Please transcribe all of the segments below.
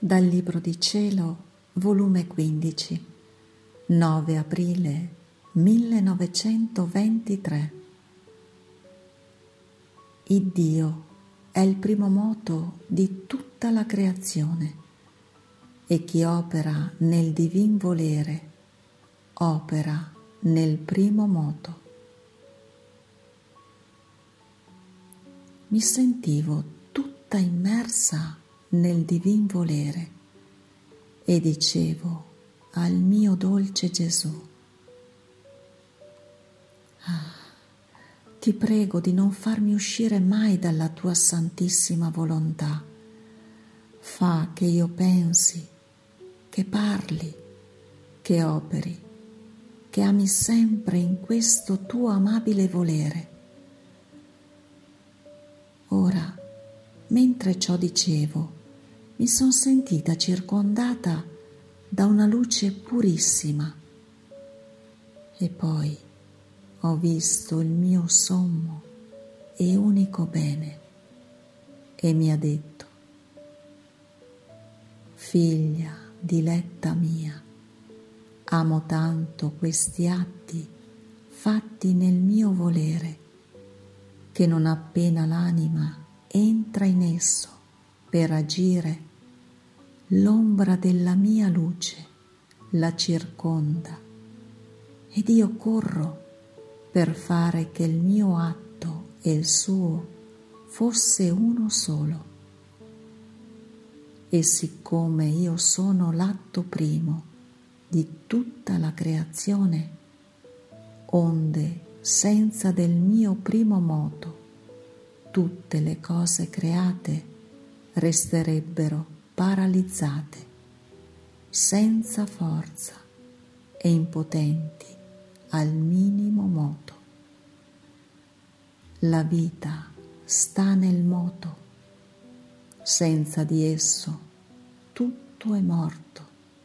Dal Libro di Cielo, volume 15, 9 aprile 1923. Iddio è il primo moto di tutta la creazione e chi opera nel divin volere opera nel primo moto. Mi sentivo tutta immersa nel divin volere e dicevo al mio dolce Gesù: ti prego di non farmi uscire mai dalla tua santissima volontà. Fa che io pensi, che parli, che operi, che ami sempre in questo tuo amabile volere. Ora, mentre ciò dicevo, mi son sentita circondata da una luce purissima e poi ho visto il mio sommo e unico bene e mi ha detto: figlia diletta mia, amo tanto questi atti fatti nel mio volere che non appena l'anima entra in esso per agire, l'ombra della mia luce la circonda ed io corro per fare che il mio atto e il suo fosse uno solo. E siccome io sono l'atto primo di tutta la creazione, onde senza del mio primo moto tutte le cose create resterebbero paralizzate, senza forza e impotenti al minimo moto. La vita sta nel moto, senza di esso tutto è morto.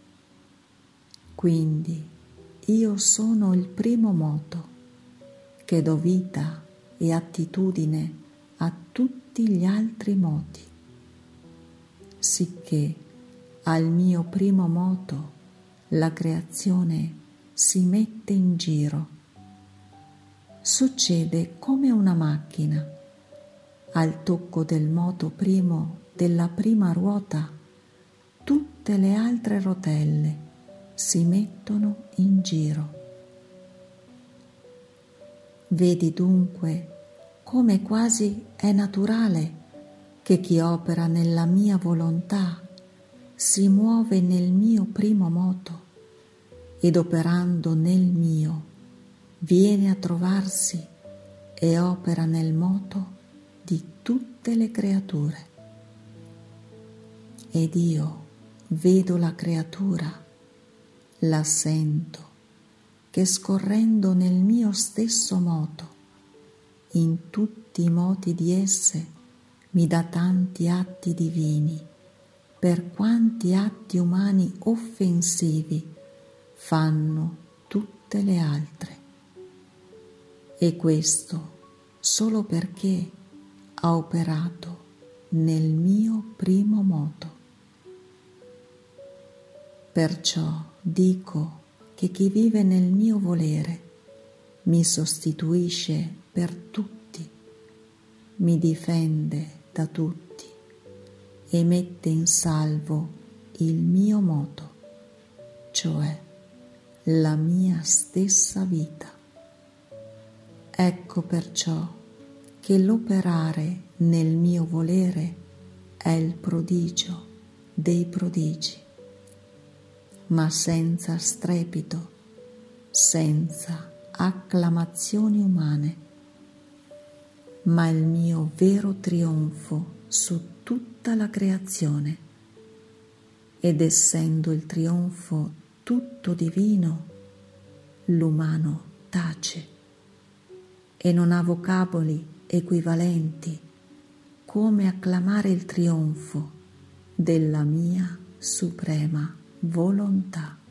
Quindi io sono il primo moto che do vita e attitudine a tutti gli altri moti, sicché al mio primo moto la creazione si mette in giro. Succede come una macchina: al tocco del moto primo della prima ruota tutte le altre rotelle si mettono in giro. Vedi dunque come quasi è naturale che chi opera nella mia volontà si muove nel mio primo moto ed operando nel mio viene a trovarsi e opera nel moto di tutte le creature. Ed io vedo la creatura, la sento, che scorrendo nel mio stesso moto, in tutti i moti di esse, mi dà tanti atti divini, per quanti atti umani offensivi fanno tutte le altre. E questo solo perché ha operato nel mio primo moto. Perciò dico che chi vive nel mio volere mi sostituisce per tutti, mi difende da tutti e mette in salvo il mio moto, cioè la mia stessa vita. Ecco perciò che l'operare nel mio volere è il prodigio dei prodigi, ma senza strepito, senza acclamazioni umane, ma il mio vero trionfo su tutta la creazione. Ed essendo il trionfo tutto divino, l'umano tace e non ha vocaboli equivalenti come acclamare il trionfo della mia suprema volontà.